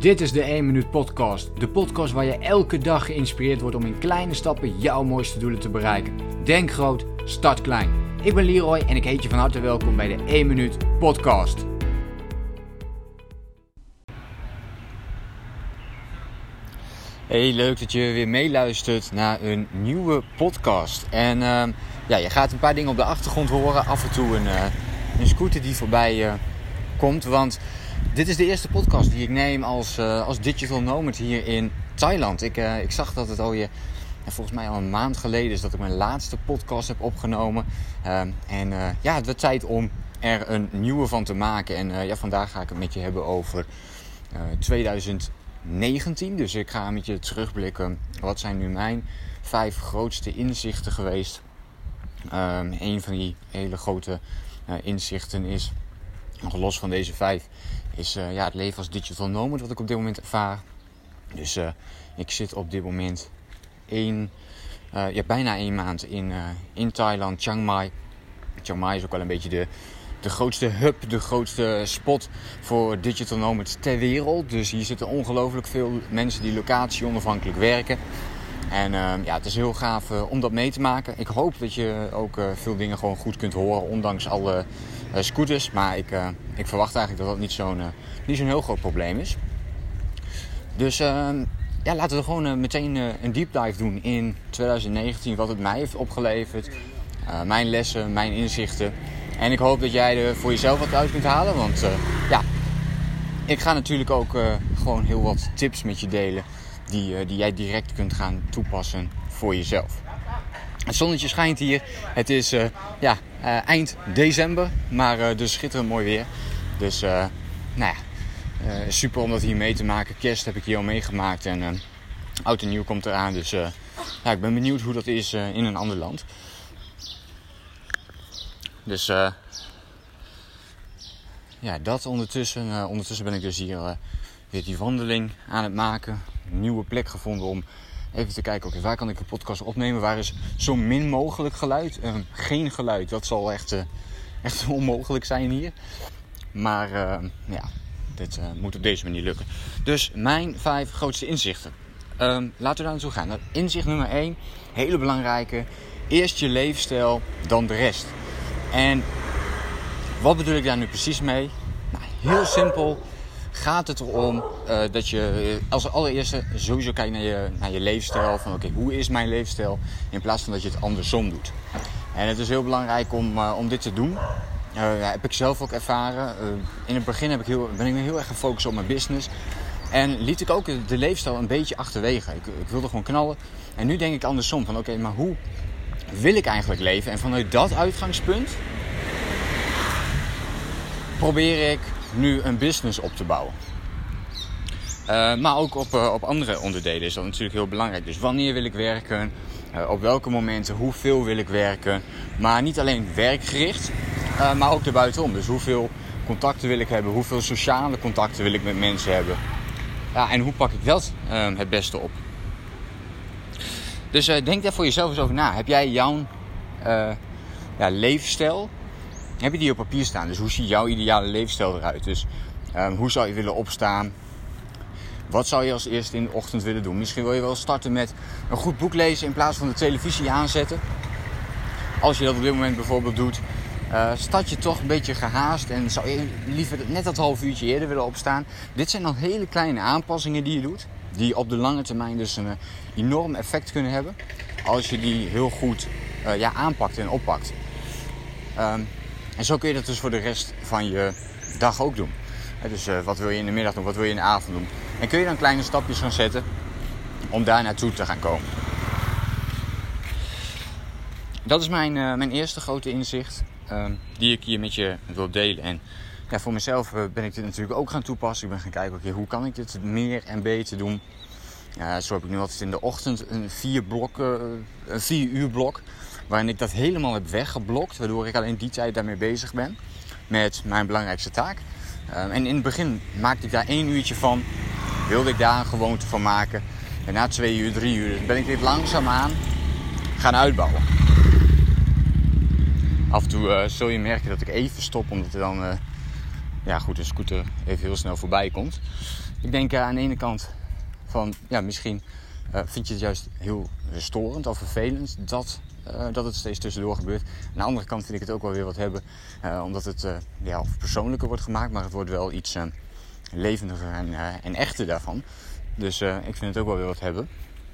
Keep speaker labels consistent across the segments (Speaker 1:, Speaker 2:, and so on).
Speaker 1: Dit is de 1 Minuut Podcast. De podcast waar je elke dag geïnspireerd wordt om in kleine stappen jouw mooiste doelen te bereiken. Denk groot, start klein. Ik ben Leroy en ik heet je van harte welkom bij de 1 Minuut Podcast.
Speaker 2: Hey, leuk dat je weer meeluistert naar een nieuwe podcast. En je gaat een paar dingen op de achtergrond horen. Af en toe een scooter die voorbij komt. Want dit is de eerste podcast die ik neem als digital nomad hier in Thailand. Ik zag dat het alweer volgens mij al een maand geleden is dat ik mijn laatste podcast heb opgenomen. Het werd tijd om er een nieuwe van te maken. En vandaag ga ik het met je hebben over 2019. Dus ik ga met je terugblikken. Wat zijn nu mijn 5 grootste inzichten geweest? Een van die hele grote inzichten is, nog los van deze 5, is het leven als digital nomad wat ik op dit moment ervaar. Dus ik zit op dit moment bijna 1 maand in Thailand, Chiang Mai. Chiang Mai is ook wel een beetje de grootste hub, de grootste spot voor digital nomads ter wereld. Dus hier zitten ongelooflijk veel mensen die locatie onafhankelijk werken. En het is heel gaaf om dat mee te maken. Ik hoop dat je ook veel dingen gewoon goed kunt horen, ondanks alle scooters. Maar ik verwacht eigenlijk dat dat niet zo'n heel groot probleem is. Dus laten we gewoon meteen een deep dive doen in 2019. Wat het mij heeft opgeleverd. Mijn lessen, mijn inzichten. En ik hoop dat jij er voor jezelf wat uit kunt halen. Want ik ga natuurlijk ook gewoon heel wat tips met je delen. Die jij direct kunt gaan toepassen voor jezelf. Het zonnetje schijnt hier. Het is eind december. Maar dus schitterend mooi weer. Dus super om dat hier mee te maken. Kerst heb ik hier al meegemaakt. En oud en nieuw komt eraan. Dus ik ben benieuwd hoe dat is in een ander land. Dus dat ondertussen. Ondertussen ben ik dus hier weer die wandeling aan het maken. Een nieuwe plek gevonden om even te kijken, waar kan ik een podcast opnemen? Waar is zo min mogelijk geluid? Geen geluid, dat zal echt onmogelijk zijn hier. Maar dit moet op deze manier lukken. Dus mijn 5 grootste inzichten. Laten we daar naartoe gaan. Inzicht nummer 1, hele belangrijke. Eerst je leefstijl, dan de rest. En wat bedoel ik daar nu precies mee? Nou, heel simpel gaat het erom dat je als allereerste sowieso kijkt naar je leefstijl. Van hoe is mijn leefstijl? In plaats van dat je het andersom doet. En het is heel belangrijk om dit te doen. Heb ik zelf ook ervaren. In het begin ben ik heel erg gefocust op mijn business. En liet ik ook de leefstijl een beetje achterwege. Ik wilde gewoon knallen. En nu denk ik andersom. Van maar hoe wil ik eigenlijk leven? En vanuit dat uitgangspunt probeer ik nu een business op te bouwen. Maar ook op andere onderdelen is dat natuurlijk heel belangrijk. Dus wanneer wil ik werken? Op welke momenten? Hoeveel wil ik werken? Maar niet alleen werkgericht, maar ook erbuitenom. Dus hoeveel contacten wil ik hebben? Hoeveel sociale contacten wil ik met mensen hebben? Ja, en hoe pak ik dat het beste op? Dus denk daar voor jezelf eens over na. Heb jij jouw leefstijl? Heb je die op papier staan? Dus hoe ziet jouw ideale leefstijl eruit? Dus hoe zou je willen opstaan? Wat zou je als eerste in de ochtend willen doen? Misschien wil je wel starten met een goed boek lezen in plaats van de televisie aanzetten. Als je dat op dit moment bijvoorbeeld doet, start je toch een beetje gehaast en zou je liever net dat half uurtje eerder willen opstaan. Dit zijn dan hele kleine aanpassingen die je doet, die op de lange termijn dus een enorm effect kunnen hebben. Als je die heel goed aanpakt en oppakt. En zo kun je dat dus voor de rest van je dag ook doen. Dus wat wil je in de middag doen, wat wil je in de avond doen. En kun je dan kleine stapjes gaan zetten om daar naartoe te gaan komen. Dat is mijn eerste grote inzicht die ik hier met je wil delen. En voor mezelf ben ik dit natuurlijk ook gaan toepassen. Ik ben gaan kijken, hoe kan ik dit meer en beter doen. Zo heb ik nu altijd in de ochtend een 4 uur blok. Waarin ik dat helemaal heb weggeblokt. Waardoor ik alleen die tijd daarmee bezig ben. Met mijn belangrijkste taak. En in het begin maakte ik daar 1 uurtje van. Wilde ik daar een gewoonte van maken. En na 2 uur, 3 uur ben ik dit langzaamaan gaan uitbouwen. Af en toe zul je merken dat ik even stop. Omdat er dan een scooter even heel snel voorbij komt. Ik denk aan de ene kant van, misschien vind je het juist heel storend of vervelend dat het steeds tussendoor gebeurt. Aan de andere kant vind ik het ook wel weer wat hebben, omdat het persoonlijker wordt gemaakt, maar het wordt wel iets levendiger en echter daarvan. Dus ik vind het ook wel weer wat hebben.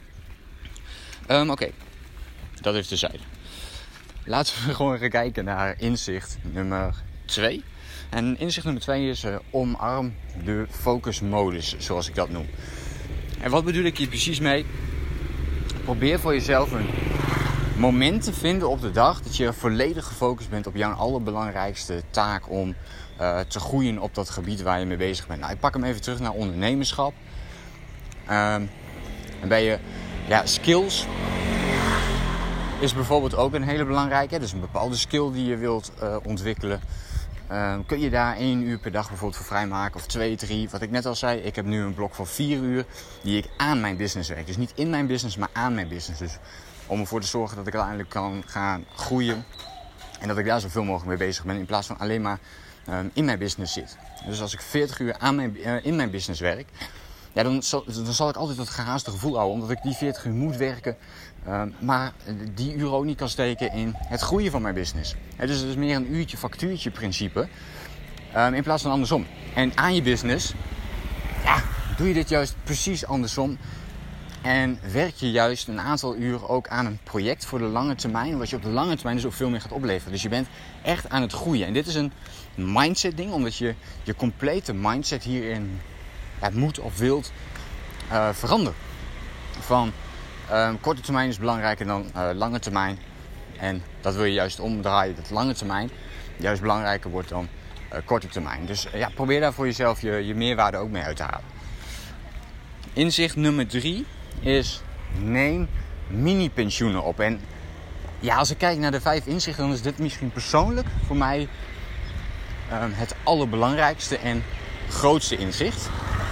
Speaker 2: Oké, dat is terzijde. Laten we gewoon gaan kijken naar inzicht nummer 2. En inzicht nummer 2 is omarm de focusmodus, zoals ik dat noem. En wat bedoel ik hier precies mee? Probeer voor jezelf een moment te vinden op de dag dat je volledig gefocust bent op jouw allerbelangrijkste taak om te groeien op dat gebied waar je mee bezig bent. Nou, ik pak hem even terug naar ondernemerschap. En bij je skills is bijvoorbeeld ook een hele belangrijke. Dus een bepaalde skill die je wilt ontwikkelen. Kun je daar 1 uur per dag bijvoorbeeld voor vrijmaken of 2, 3. Wat ik net al zei, ik heb nu een blok van 4 uur die ik aan mijn business werk. Dus niet in mijn business, maar aan mijn business. Dus om ervoor te zorgen dat ik uiteindelijk kan gaan groeien. En dat ik daar zoveel mogelijk mee bezig ben in plaats van alleen maar in mijn business zit. Dus als ik 40 uur in mijn business werk, dan zal ik altijd dat gehaaste gevoel houden. Omdat ik die 40 uur moet werken, maar die uur ook niet kan steken in het groeien van mijn business. Dus het is meer een uurtje factuurtje principe in plaats van andersom. En aan je business doe je dit juist precies andersom. En werk je juist een aantal uur ook aan een project voor de lange termijn. Wat je op de lange termijn dus ook veel meer gaat opleveren. Dus je bent echt aan het groeien. En dit is een mindset ding. Omdat je complete mindset hierin moet of wilt veranderen. Van korte termijn is belangrijker dan lange termijn. En dat wil je juist omdraaien. Dat lange termijn juist belangrijker wordt dan korte termijn. Dus probeer daar voor jezelf je meerwaarde ook mee uit te halen. Inzicht nummer 3 is neem mini-pensioenen op. En als ik kijk naar de 5 inzichten, dan is dit misschien persoonlijk voor mij het allerbelangrijkste en grootste inzicht.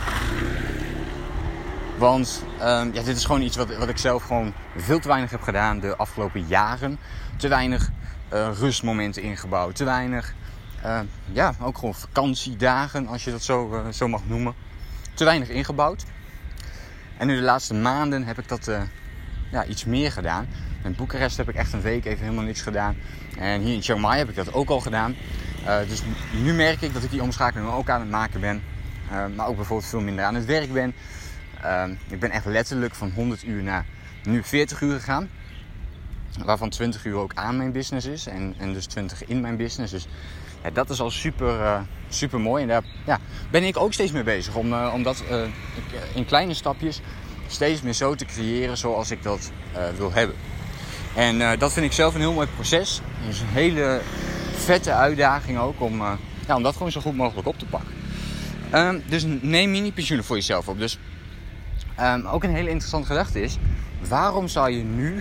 Speaker 2: Want dit is gewoon iets wat ik zelf gewoon veel te weinig heb gedaan de afgelopen jaren. Te weinig rustmomenten ingebouwd. Te weinig, ook gewoon vakantiedagen, als je dat zo mag noemen. Te weinig ingebouwd. En nu de laatste maanden heb ik dat iets meer gedaan. In Boekarest heb ik echt een week even helemaal niks gedaan. En hier in Chiang Mai heb ik dat ook al gedaan. Dus nu merk ik dat ik die omschakeling ook aan het maken ben. Maar ook bijvoorbeeld veel minder aan het werk ben. Ik ben echt letterlijk van 100 uur naar nu 40 uur gegaan. Waarvan 20 uur ook aan mijn business is. En dus 20 in mijn business. Dus dat is al super mooi. En daar ben ik ook steeds mee bezig. Om dat in kleine stapjes steeds meer zo te creëren zoals ik dat wil hebben. En dat vind ik zelf een heel mooi proces. Dus een hele vette uitdaging ook om dat gewoon zo goed mogelijk op te pakken. Dus neem mini-pensioenen voor jezelf op. Dus ook een hele interessante gedachte is, waarom zou je nu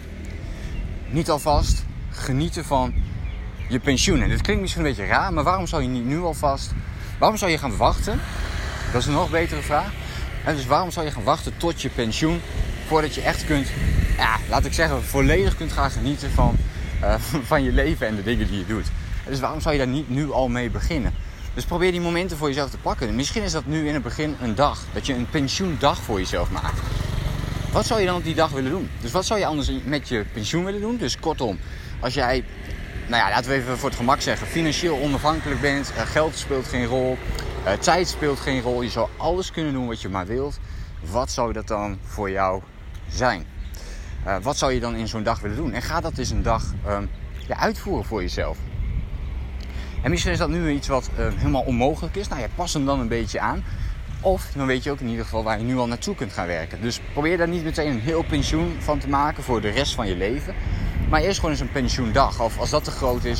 Speaker 2: niet alvast genieten van je pensioen? En dit klinkt misschien een beetje raar, maar waarom zou je niet nu alvast, waarom zou je gaan wachten? Dat is een nog betere vraag. En dus waarom zou je gaan wachten tot je pensioen, voordat je echt kunt, laat ik zeggen, volledig kunt gaan genieten van je leven en de dingen die je doet. En dus waarom zou je daar niet nu al mee beginnen? Dus probeer die momenten voor jezelf te pakken. Misschien is dat nu in het begin een dag. Dat je een pensioendag voor jezelf maakt. Wat zou je dan op die dag willen doen? Dus wat zou je anders met je pensioen willen doen? Dus kortom, als jij, laten we even voor het gemak zeggen, financieel onafhankelijk bent. Geld speelt geen rol. Tijd speelt geen rol. Je zou alles kunnen doen wat je maar wilt. Wat zou dat dan voor jou zijn? Wat zou je dan in zo'n dag willen doen? En ga dat eens een dag uitvoeren voor jezelf. En misschien is dat nu iets wat helemaal onmogelijk is. Pas hem dan een beetje aan. Of dan weet je ook in ieder geval waar je nu al naartoe kunt gaan werken. Dus probeer daar niet meteen een heel pensioen van te maken voor de rest van je leven. Maar eerst gewoon eens een pensioendag. Of als dat te groot is,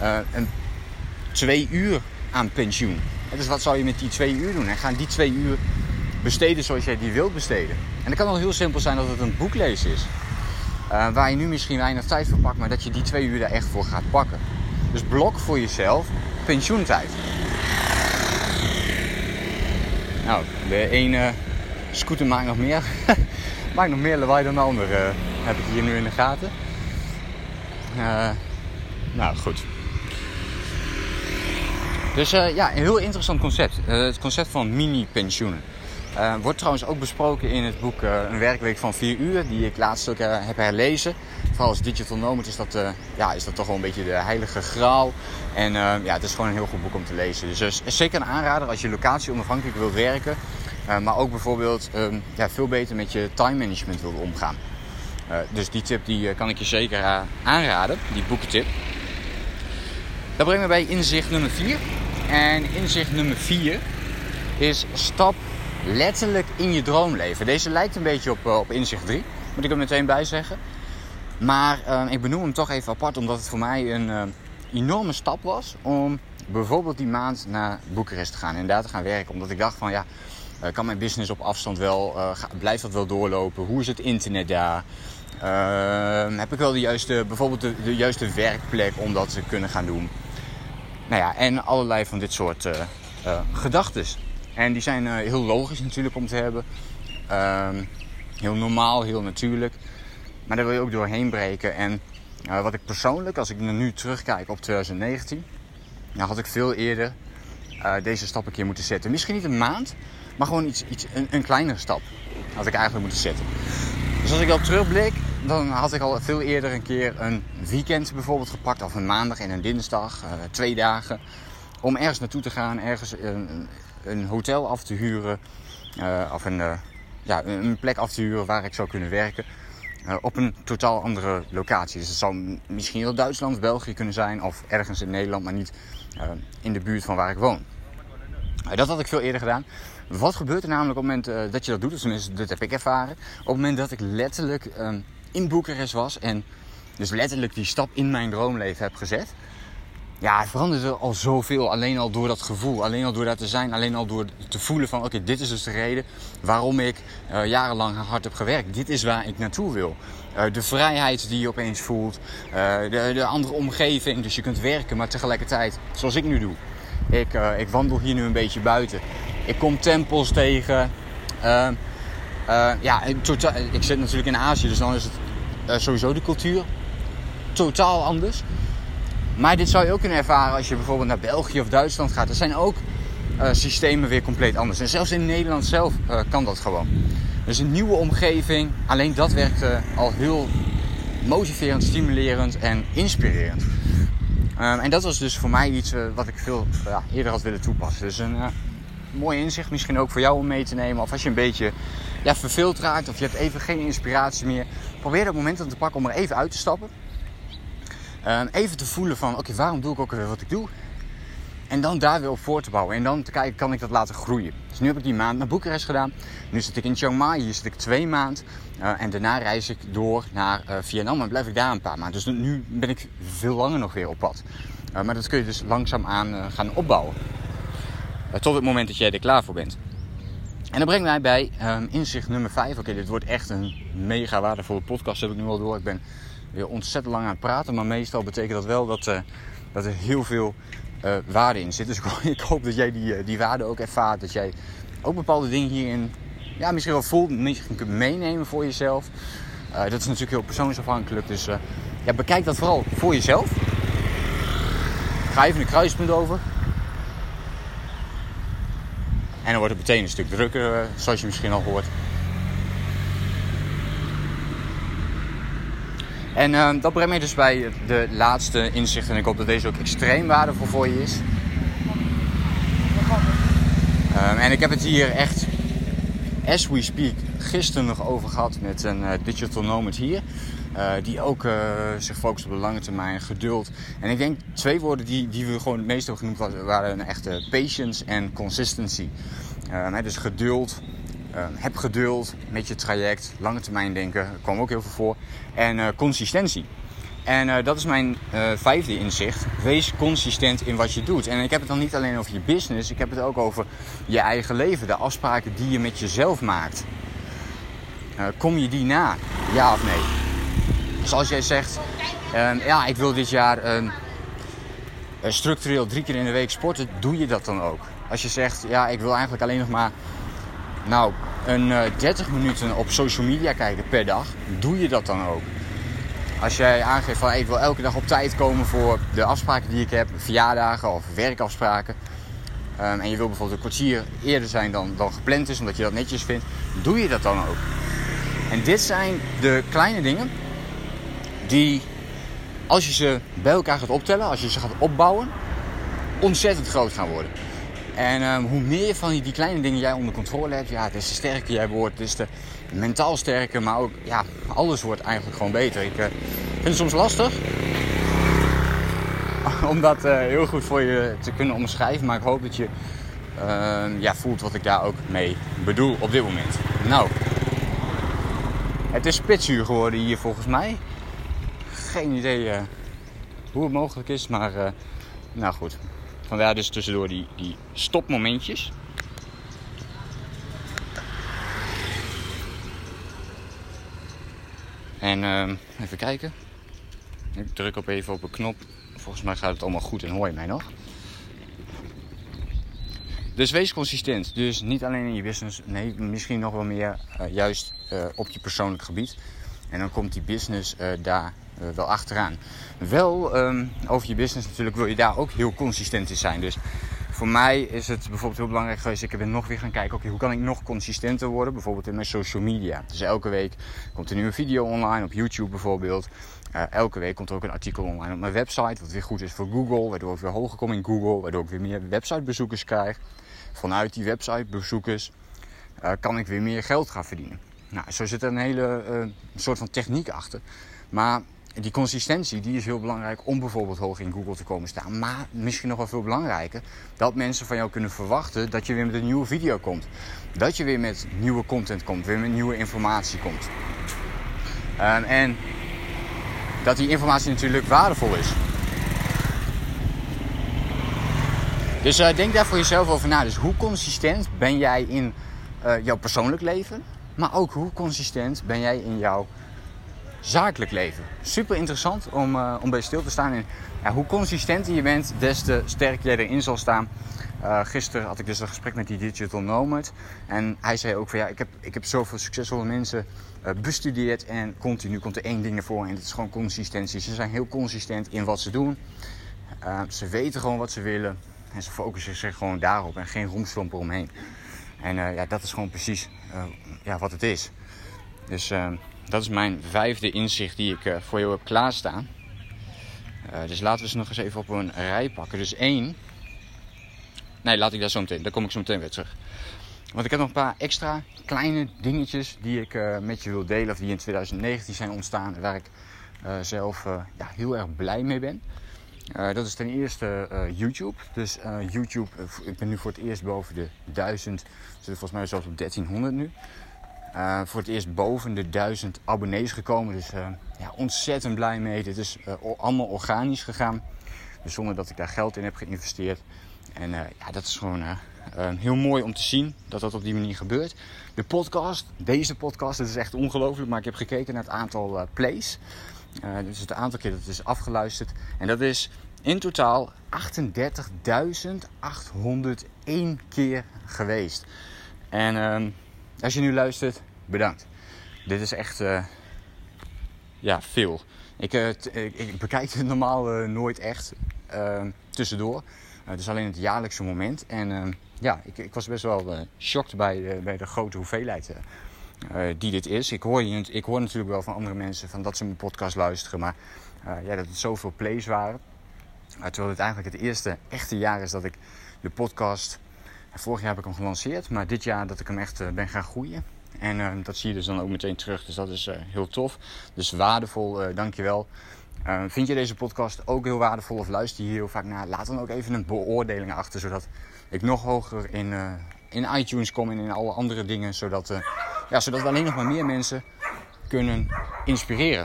Speaker 2: 2 uur aan pensioen. Dus wat zou je met die 2 uur doen? En ga die 2 uur besteden zoals jij die wilt besteden. En dat kan al heel simpel zijn dat het een boek lezen is. Waar je nu misschien weinig tijd voor pakt, maar dat je die 2 uur daar echt voor gaat pakken. Dus blok voor jezelf pensioentijd. Nou, de ene scooter maakt nog meer lawaai dan de andere. Heb ik hier nu in de gaten. Goed. Dus een heel interessant concept. Het concept van mini-pensioenen. Wordt trouwens ook besproken in het boek Een werkweek van 4 uur, die ik laatst ook heb herlezen. Vooral als digital nomad is dat toch wel een beetje de heilige graal. En het is gewoon een heel goed boek om te lezen. Dus zeker een aanrader als je locatie onafhankelijk wilt werken. Maar ook bijvoorbeeld veel beter met je time management wilt omgaan. Dus die tip die kan ik je zeker aanraden, die boekentip. Dat brengt me bij inzicht nummer 4. En inzicht nummer 4 is stap letterlijk in je droomleven. Deze lijkt een beetje op inzicht 3, moet ik er meteen bij zeggen. Maar ik benoem hem toch even apart, omdat het voor mij een enorme stap was om bijvoorbeeld die maand naar Boekarest te gaan en daar te gaan werken. Omdat ik dacht van kan mijn business op afstand wel, blijft dat wel doorlopen? Hoe is het internet daar? Heb ik wel bijvoorbeeld de juiste werkplek om dat te kunnen gaan doen? En allerlei van dit soort gedachtes. En die zijn heel logisch natuurlijk om te hebben. Heel normaal, heel natuurlijk. Maar daar wil je ook doorheen breken. En wat ik persoonlijk, als ik nu terugkijk op 2019... had ik veel eerder deze stap een keer moeten zetten. Misschien niet een maand, maar gewoon een kleinere stap had ik eigenlijk moeten zetten. Dus als ik daarop terugblik, dan had ik al veel eerder een keer een weekend bijvoorbeeld gepakt. Of een maandag en een dinsdag, 2 dagen. Om ergens naartoe te gaan, ergens een hotel af te huren. Of een plek af te huren waar ik zou kunnen werken. Op een totaal andere locatie. Dus het zou misschien wel Duitsland of België kunnen zijn. Of ergens in Nederland, maar niet in de buurt van waar ik woon. Dat had ik veel eerder gedaan. Wat gebeurt er namelijk op het moment dat je dat doet? Dus tenminste, dit heb ik ervaren. Op het moment dat ik letterlijk in Boekarest was. En dus letterlijk die stap in mijn droomleven heb gezet. Ja, het veranderde al zoveel. Alleen al door dat gevoel. Alleen al door daar te zijn. Alleen al door te voelen van oké, dit is dus de reden waarom ik jarenlang hard heb gewerkt. Dit is waar ik naartoe wil. De vrijheid die je opeens voelt. De andere omgeving. Dus je kunt werken, maar tegelijkertijd, zoals ik nu doe. Ik wandel hier nu een beetje buiten. Ik kom tempels tegen. Ik zit natuurlijk in Azië, dus dan is het sowieso de cultuur totaal anders. Maar dit zou je ook kunnen ervaren als je bijvoorbeeld naar België of Duitsland gaat. Er zijn ook systemen weer compleet anders. En zelfs in Nederland zelf kan dat gewoon. Dus een nieuwe omgeving, alleen dat werkt al heel motiverend, stimulerend en inspirerend. En dat was dus voor mij iets wat ik veel eerder had willen toepassen. Dus een mooi inzicht misschien ook voor jou om mee te nemen. Of als je een beetje verveeld raakt of je hebt even geen inspiratie meer. Probeer dat moment te pakken om er even uit te stappen. Even te voelen van oké, waarom doe ik ook weer wat ik doe? En dan daar weer op voor te bouwen. En dan te kijken, kan ik dat laten groeien? Dus nu heb ik die maand naar Boekarest gedaan. Nu zit ik in Chiang Mai, hier zit ik 2 maanden. En daarna reis ik door naar Vietnam en blijf ik daar een paar maanden. Dus nu ben ik veel langer nog weer op pad. Maar dat kun je dus langzaam aan gaan opbouwen. Tot het moment dat jij er klaar voor bent. En dat brengt mij bij inzicht nummer 5. Oké, dit wordt echt een mega waardevolle podcast, heb ik nu al door. Ik ben weer ontzettend lang aan het praten. Maar meestal betekent dat wel dat er heel veel waarde in zit. Dus ik hoop dat jij die waarde ook ervaart. Dat jij ook bepaalde dingen hierin misschien wel voelt, misschien kunt meenemen voor jezelf. Dat is natuurlijk heel persoonsafhankelijk. Dus bekijk dat vooral voor jezelf. Ga even een kruispunt over. En dan wordt het meteen een stuk drukker, zoals je misschien al hoort. En dat brengt mij dus bij de laatste inzicht. En ik hoop dat deze ook extreem waardevol voor je is. En ik heb het hier echt, as we speak, gisteren nog over gehad met een digital nomad hier. Die ook zich focust op de lange termijn, geduld. En ik denk 2 woorden die we gewoon het meest hebben genoemd waren een echte patience en consistency. Dus geduld. Heb geduld met je traject, lange termijn denken, daar kwam ook heel veel voor. En consistentie. En dat is mijn 5e inzicht. Wees consistent in wat je doet. En ik heb het dan niet alleen over je business, ik heb het ook over je eigen leven. De afspraken die je met jezelf maakt. Kom je die na? Ja of nee? Dus als jij zegt, ik wil dit jaar structureel 3 keer in de week sporten, doe je dat dan ook? Als je zegt, ik wil eigenlijk alleen nog maar 30 minuten op social media kijken per dag, doe je dat dan ook? Als jij aangeeft van ik wil elke dag op tijd komen voor de afspraken die ik heb, verjaardagen of werkafspraken. En je wil bijvoorbeeld een kwartier eerder zijn dan gepland is, omdat je dat netjes vindt. Doe je dat dan ook. En dit zijn de kleine dingen die, als je ze bij elkaar gaat optellen, als je ze gaat opbouwen, ontzettend groot gaan worden. En hoe meer van die kleine dingen jij onder controle hebt, ja, des te sterker jij wordt, des te mentaal sterker, maar ook, ja, alles wordt eigenlijk gewoon beter. Ik vind het soms lastig om dat heel goed voor je te kunnen omschrijven, maar ik hoop dat je voelt wat ik daar ook mee bedoel op dit moment. Nou, het is spitsuur geworden hier volgens mij. Geen idee hoe het mogelijk is, maar nou goed. Vandaar dus tussendoor die stopmomentjes. En even kijken. Ik druk even op een knop. Volgens mij gaat het allemaal goed en hoor je mij nog. Dus wees consistent. Dus niet alleen in je business. Nee, misschien nog wel meer juist op je persoonlijk gebied. En dan komt die business daar wel achteraan. Wel over je business natuurlijk wil je daar ook heel consistent in zijn. Dus voor mij is het bijvoorbeeld heel belangrijk geweest. Ik ben nog weer gaan kijken, hoe kan ik nog consistenter worden? Bijvoorbeeld in mijn social media. Dus elke week komt een nieuwe video online op YouTube bijvoorbeeld. Elke week komt er ook een artikel online op mijn website. Wat weer goed is voor Google. Waardoor ik weer hoger kom in Google. Waardoor ik weer meer websitebezoekers krijg. Vanuit die websitebezoekers kan ik weer meer geld gaan verdienen. Nou, zo zit er een hele soort van techniek achter. Maar die consistentie die is heel belangrijk om bijvoorbeeld hoog in Google te komen staan. Maar misschien nog wel veel belangrijker, dat mensen van jou kunnen verwachten dat je weer met een nieuwe video komt. Dat je weer met nieuwe content komt, weer met nieuwe informatie komt. En dat die informatie natuurlijk waardevol is. Dus denk daar voor jezelf over na. Dus hoe consistent ben jij in jouw persoonlijk leven? Maar ook hoe consistent ben jij in jouw zakelijk leven. Super interessant om bij stil te staan. En ja, hoe consistenter je bent, des te sterker jij erin zal staan. Gisteren had ik dus een gesprek met die Digital Nomad. En hij zei ook van ja, ik heb zoveel succesvolle mensen bestudeerd. En continu komt er één ding naar voren. En dat is gewoon consistentie. Ze zijn heel consistent in wat ze doen. Ze weten gewoon wat ze willen. En ze focussen zich gewoon daarop. En geen rompslomp eromheen. En dat is gewoon precies wat het is. Dus dat is mijn 5e inzicht die ik voor jou heb klaarstaan. Dus laten we ze nog eens even op een rij pakken. Dus 1. Nee, daar kom ik zo meteen weer terug. Want ik heb nog een paar extra kleine dingetjes die ik met je wil delen. Of die in 2019 zijn ontstaan. Waar ik zelf heel erg blij mee ben. Dat is ten eerste YouTube. Dus YouTube, ik ben nu voor het eerst boven de 1000. Zit volgens mij zelfs op 1300 nu. Voor het eerst boven de 1000 abonnees gekomen. Dus ontzettend blij mee. Dit is allemaal organisch gegaan. Dus zonder dat ik daar geld in heb geïnvesteerd. En dat is gewoon heel mooi om te zien dat dat op die manier gebeurt. De podcast, deze podcast, dat is echt ongelooflijk. Maar ik heb gekeken naar het aantal plays. Dus het aantal keer dat het is afgeluisterd. En dat is in totaal 38.801 keer geweest. En als je nu luistert, bedankt. Dit is echt veel. Ik bekijk het normaal nooit echt tussendoor. Het is alleen het jaarlijkse moment. En ik was best wel shocked bij de grote hoeveelheid die dit is. Ik hoor natuurlijk wel van andere mensen van dat ze mijn podcast luisteren. Maar dat het zoveel plays waren. Terwijl het eigenlijk het eerste echte jaar is dat ik de podcast... Vorig jaar heb ik hem gelanceerd. Maar dit jaar dat ik hem echt ben gaan groeien. En dat zie je dus dan ook meteen terug. Dus dat is heel tof. Dus waardevol, dankjewel. Vind je deze podcast ook heel waardevol of luister je hier heel vaak naar? Laat dan ook even een beoordeling achter. Zodat ik nog hoger in iTunes kom en in alle andere dingen. Zodat we alleen nog maar meer mensen kunnen inspireren.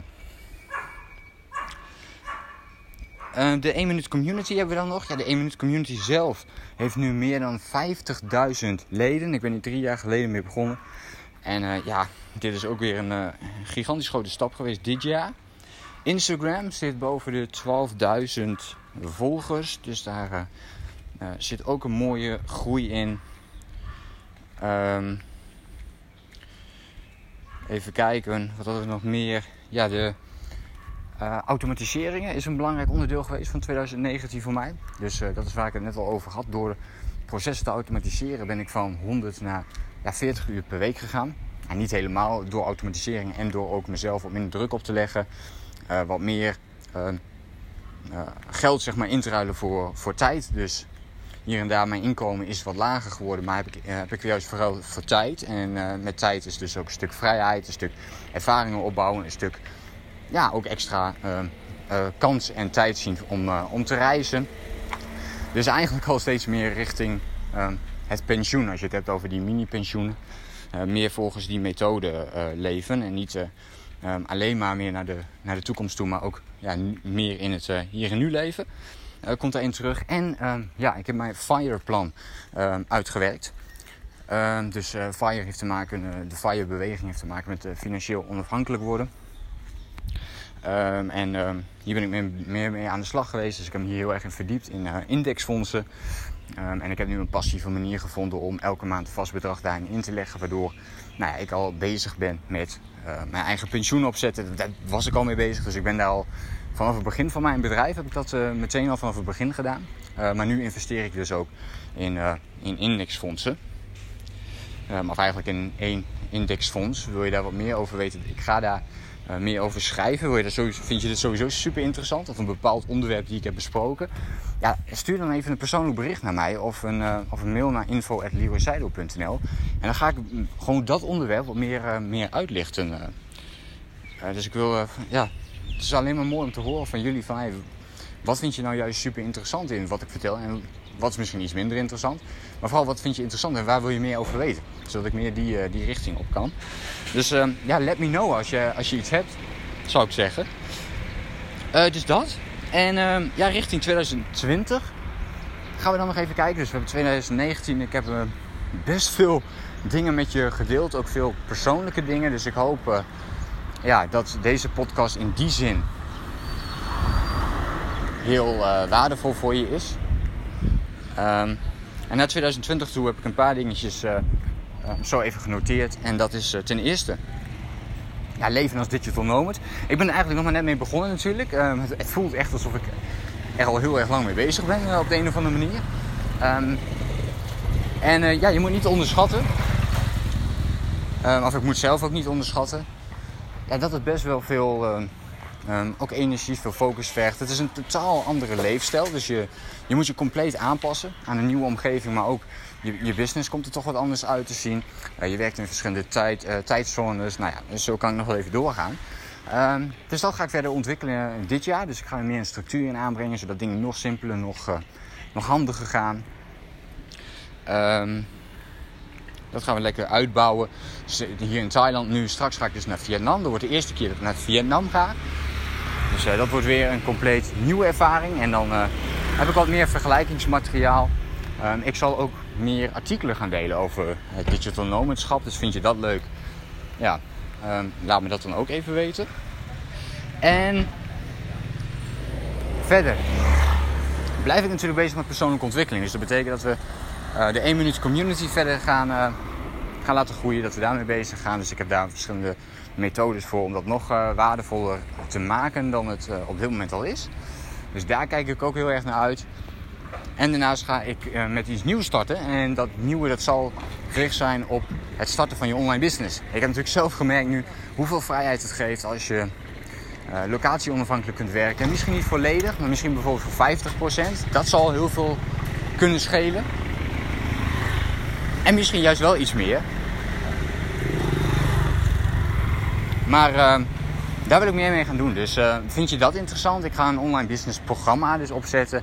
Speaker 2: De 1 Minuut Community hebben we dan nog. Ja, de 1 Minuut Community zelf heeft nu meer dan 50.000 leden. Ik ben hier 3 jaar geleden mee begonnen. En dit is ook weer een gigantisch grote stap geweest dit jaar. Instagram zit boven de 12.000 volgers. Dus daar zit ook een mooie groei in. Even kijken, wat hadden we nog meer? Ja, Automatiseringen is een belangrijk onderdeel geweest van 2019 voor mij. Dus dat is waar ik het net al over had. Door processen te automatiseren ben ik van 100 naar 40 uur per week gegaan. En niet helemaal door automatisering en door ook mezelf wat minder druk op te leggen. Wat meer geld zeg maar in te ruilen voor tijd. Dus hier en daar mijn inkomen is wat lager geworden. Maar heb ik juist vooral voor tijd. En met tijd is dus ook een stuk vrijheid. Een stuk ervaringen opbouwen. Een stuk ook extra kans en tijd zien om te reizen. Dus eigenlijk al steeds meer richting het pensioen. Als je het hebt over die mini-pensioenen. Meer volgens die methode leven. En niet alleen maar meer naar de toekomst toe. Maar ook meer in het hier en nu leven. Komt daarin terug. En ik heb mijn FIRE-plan uitgewerkt. Dus FIRE heeft te maken, de FIRE-beweging heeft te maken met financieel onafhankelijk worden. Hier ben ik meer mee aan de slag geweest. Dus ik heb me hier heel erg in verdiept in indexfondsen. En ik heb nu een passieve manier gevonden om elke maand een vast bedrag daarin in te leggen. Waardoor ik al bezig ben met mijn eigen pensioen opzetten. Daar was ik al mee bezig. Dus ik ben daar al vanaf het begin van mijn bedrijf heb ik dat meteen al vanaf het begin gedaan. Maar nu investeer ik dus ook in indexfondsen. Of eigenlijk in 1 indexfonds. Wil je daar wat meer over weten? Ik ga daar meer over schrijven. Vind je dit sowieso super interessant? Of een bepaald onderwerp die ik heb besproken? Ja, stuur dan even een persoonlijk bericht naar mij. Of een mail naar info@leroyseidel.nl. En dan ga ik gewoon dat onderwerp wat meer uitlichten. Dus ik wil... het is alleen maar mooi om te horen van jullie van... wat vind je nou juist super interessant in wat ik vertel? En wat is misschien iets minder interessant? Maar vooral wat vind je interessant en waar wil je meer over weten? Zodat ik meer die richting op kan. Dus let me know als je iets hebt, zou ik zeggen. Dus dat. En richting 2020 gaan we dan nog even kijken. Dus we hebben 2019. Ik heb best veel dingen met je gedeeld. Ook veel persoonlijke dingen. Dus ik hoop dat deze podcast in die zin heel waardevol voor je is. En naar 2020 toe heb ik een paar dingetjes zo even genoteerd. En dat is ten eerste leven als digital nomad. Ik ben er eigenlijk nog maar net mee begonnen natuurlijk. Het voelt echt alsof ik er al heel erg lang mee bezig ben op de een of andere manier. Je moet niet onderschatten. Of ik moet zelf ook niet onderschatten. Dat het best wel veel ook energie, veel focus vergt. Het is een totaal andere leefstijl. Dus je moet je compleet aanpassen aan een nieuwe omgeving. Maar ook je business komt er toch wat anders uit te zien. Je werkt in verschillende tijdzones. Dus zo kan ik nog wel even doorgaan. Dus dat ga ik verder ontwikkelen dit jaar. Dus ik ga er meer een structuur in aanbrengen. Zodat dingen nog simpeler, nog handiger gaan. Dat gaan we lekker uitbouwen. Dus hier in Thailand nu. Straks ga ik dus naar Vietnam. Dat wordt de eerste keer dat ik naar Vietnam ga. Dus dat wordt weer een compleet nieuwe ervaring. En dan heb ik wat meer vergelijkingsmateriaal. Ik zal ook meer artikelen gaan delen over het digital nomadschap. Dus vind je dat leuk? Laat me dat dan ook even weten. En verder blijf ik natuurlijk bezig met persoonlijke ontwikkeling. Dus dat betekent dat we de 1 minuut community verder gaan laten groeien. Dat we daarmee bezig gaan. Dus ik heb daar verschillende methodes voor om dat nog waardevoller te maken dan het op dit moment al is. Dus daar kijk ik ook heel erg naar uit. En daarnaast ga ik met iets nieuws starten. En dat nieuwe dat zal gericht zijn op het starten van je online business. Ik heb natuurlijk zelf gemerkt nu hoeveel vrijheid het geeft als je locatie onafhankelijk kunt werken. En misschien niet volledig, maar misschien bijvoorbeeld voor 50%. Dat zal heel veel kunnen schelen. En misschien juist wel iets meer. Maar daar wil ik meer mee gaan doen. Dus vind je dat interessant? Ik ga een online business programma dus opzetten.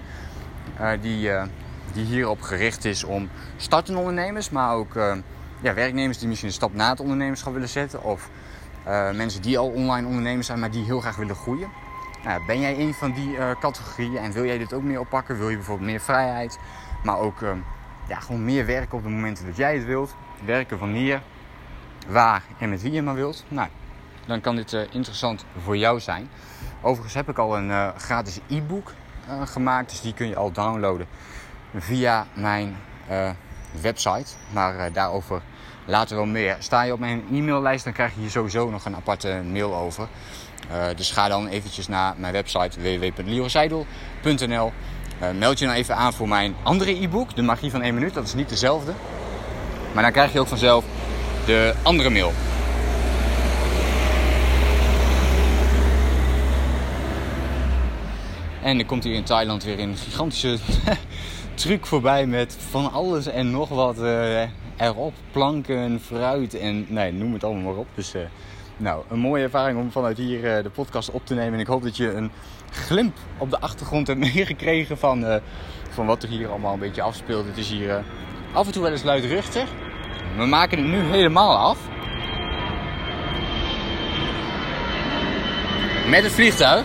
Speaker 2: Die hierop gericht is om startende ondernemers. Maar ook werknemers die misschien een stap na het ondernemerschap willen zetten. Of mensen die al online ondernemers zijn, maar die heel graag willen groeien. Ben jij een van die categorieën en wil jij dit ook meer oppakken? Wil je bijvoorbeeld meer vrijheid? Maar ook gewoon meer werken op de momenten dat jij het wilt. Werken wanneer, waar en met wie je maar wilt. Dan kan dit interessant voor jou zijn. Overigens heb ik al een gratis e-book gemaakt. Dus die kun je al downloaden via mijn website. Maar daarover later wel meer. Sta je op mijn e-maillijst, dan krijg je hier sowieso nog een aparte mail over. Dus ga dan eventjes naar mijn website www.leroyseidel.nl. Meld je dan even aan voor mijn andere e-book, De Magie van 1 Minuut. Dat is niet dezelfde. Maar dan krijg je ook vanzelf de andere mail. En er komt hier in Thailand weer een gigantische truc voorbij met van alles en nog wat erop. Planken, fruit en noem het allemaal maar op. Dus een mooie ervaring om vanuit hier de podcast op te nemen. En ik hoop dat je een glimp op de achtergrond hebt meegekregen van wat er hier allemaal een beetje afspeelt. Het is hier af en toe wel eens luidruchtig. We maken het nu helemaal af. Met het vliegtuig.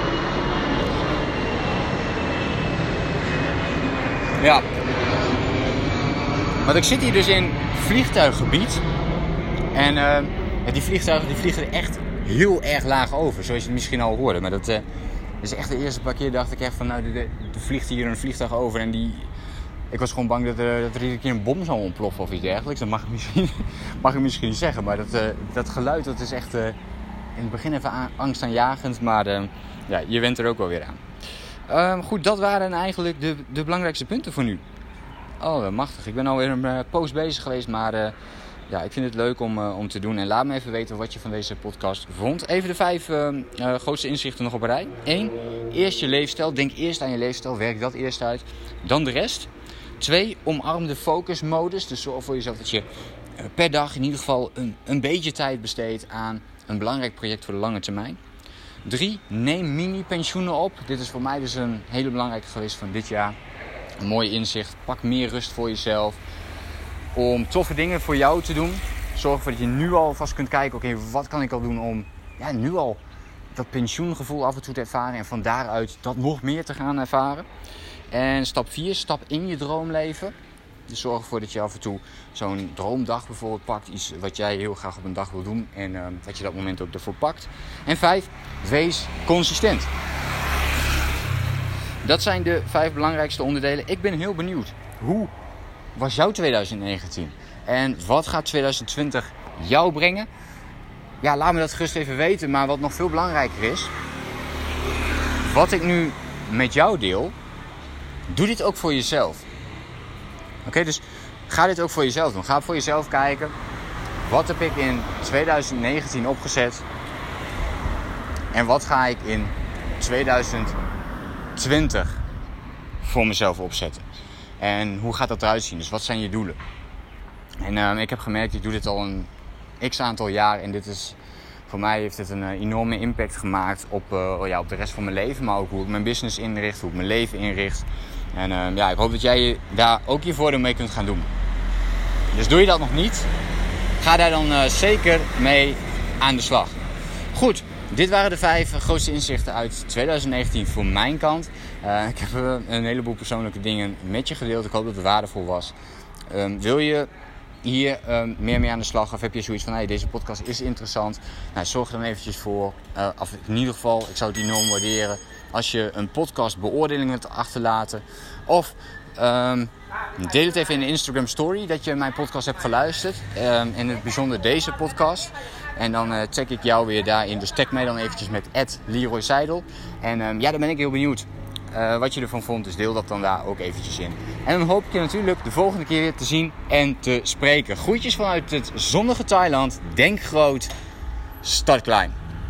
Speaker 2: Ja. Want ik zit hier dus in vliegtuiggebied. En die vliegtuigen die vliegen er echt heel erg laag over. Zoals je het misschien al hoorde. Maar dat is echt de eerste paar keer dacht ik echt van er vliegt hier een vliegtuig over. En ik was gewoon bang dat er iedere keer een bom zou ontploffen of iets dergelijks. Dat mag ik misschien niet zeggen. Maar dat geluid dat is echt in het begin even angstaanjagend. Maar je went er ook wel weer aan. Goed, dat waren eigenlijk de belangrijkste punten voor nu. Oh, machtig. Ik ben alweer een post bezig geweest, maar ik vind het leuk om te doen. En laat me even weten wat je van deze podcast vond. Even de 5 grootste inzichten nog op een rij. 1. Eerst je leefstijl. Denk eerst aan je leefstijl. Werk dat eerst uit. Dan de rest. 2. Omarm de focusmodus. Dus zorg voor jezelf dat je per dag in ieder geval een beetje tijd besteedt aan een belangrijk project voor de lange termijn. 3. Neem mini-pensioenen op. Dit is voor mij dus een hele belangrijke geweest van dit jaar. Een mooi inzicht. Pak meer rust voor jezelf. Om toffe dingen voor jou te doen. Zorg ervoor dat je nu al vast kunt kijken. Oké, wat kan ik al doen om nu al dat pensioengevoel af en toe te ervaren. En van daaruit dat nog meer te gaan ervaren. En stap 4. Stap in je droomleven. Dus zorg ervoor dat je af en toe zo'n droomdag bijvoorbeeld pakt. Iets wat jij heel graag op een dag wil doen. En dat je dat moment ook ervoor pakt. En 5. Wees consistent. Dat zijn de 5 belangrijkste onderdelen. Ik ben heel benieuwd. Hoe was jouw 2019? En wat gaat 2020 jou brengen? Ja, laat me dat gerust even weten. Maar wat nog veel belangrijker is. Wat ik nu met jou deel. Doe dit ook voor jezelf. Oké, dus ga dit ook voor jezelf doen. Ga voor jezelf kijken. Wat heb ik in 2019 opgezet? En wat ga ik in 2020 voor mezelf opzetten? En hoe gaat dat eruit zien? Dus wat zijn je doelen? En ik heb gemerkt, ik doe dit al een x-aantal jaar. En voor mij heeft het een enorme impact gemaakt op de rest van mijn leven. Maar ook hoe ik mijn business inricht, hoe ik mijn leven inricht. En ik hoop dat jij daar ook je voordeel mee kunt gaan doen. Dus doe je dat nog niet? Ga daar dan zeker mee aan de slag. Goed, dit waren de 5 grootste inzichten uit 2019 voor mijn kant. Ik heb een heleboel persoonlijke dingen met je gedeeld. Ik hoop dat het waardevol was. Wil je hier meer mee aan de slag? Of heb je zoiets van, deze podcast is interessant? Nou, zorg er dan eventjes voor. In ieder geval, ik zou het enorm waarderen als je een podcast beoordeling wilt achterlaten. Of deel het even in de Instagram story dat je mijn podcast hebt geluisterd. In het bijzonder deze podcast. En dan tag ik jou weer daarin. Dus tag mij dan eventjes met @LeroySeidel. En dan ben ik heel benieuwd wat je ervan vond. Dus deel dat dan daar ook eventjes in. En dan hoop ik je natuurlijk de volgende keer weer te zien en te spreken. Groetjes vanuit het zonnige Thailand. Denk groot, start klein.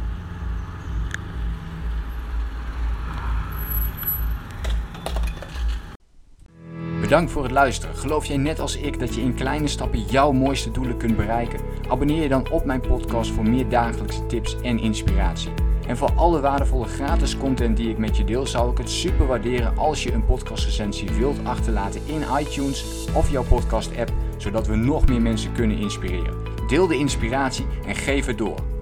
Speaker 1: Bedankt voor het luisteren. Geloof jij net als ik dat je in kleine stappen jouw mooiste doelen kunt bereiken? Abonneer je dan op mijn podcast voor meer dagelijkse tips en inspiratie. En voor alle waardevolle gratis content die ik met je deel, zou ik het super waarderen als je een podcastrecensie wilt achterlaten in iTunes of jouw podcast app, zodat we nog meer mensen kunnen inspireren. Deel de inspiratie en geef het door.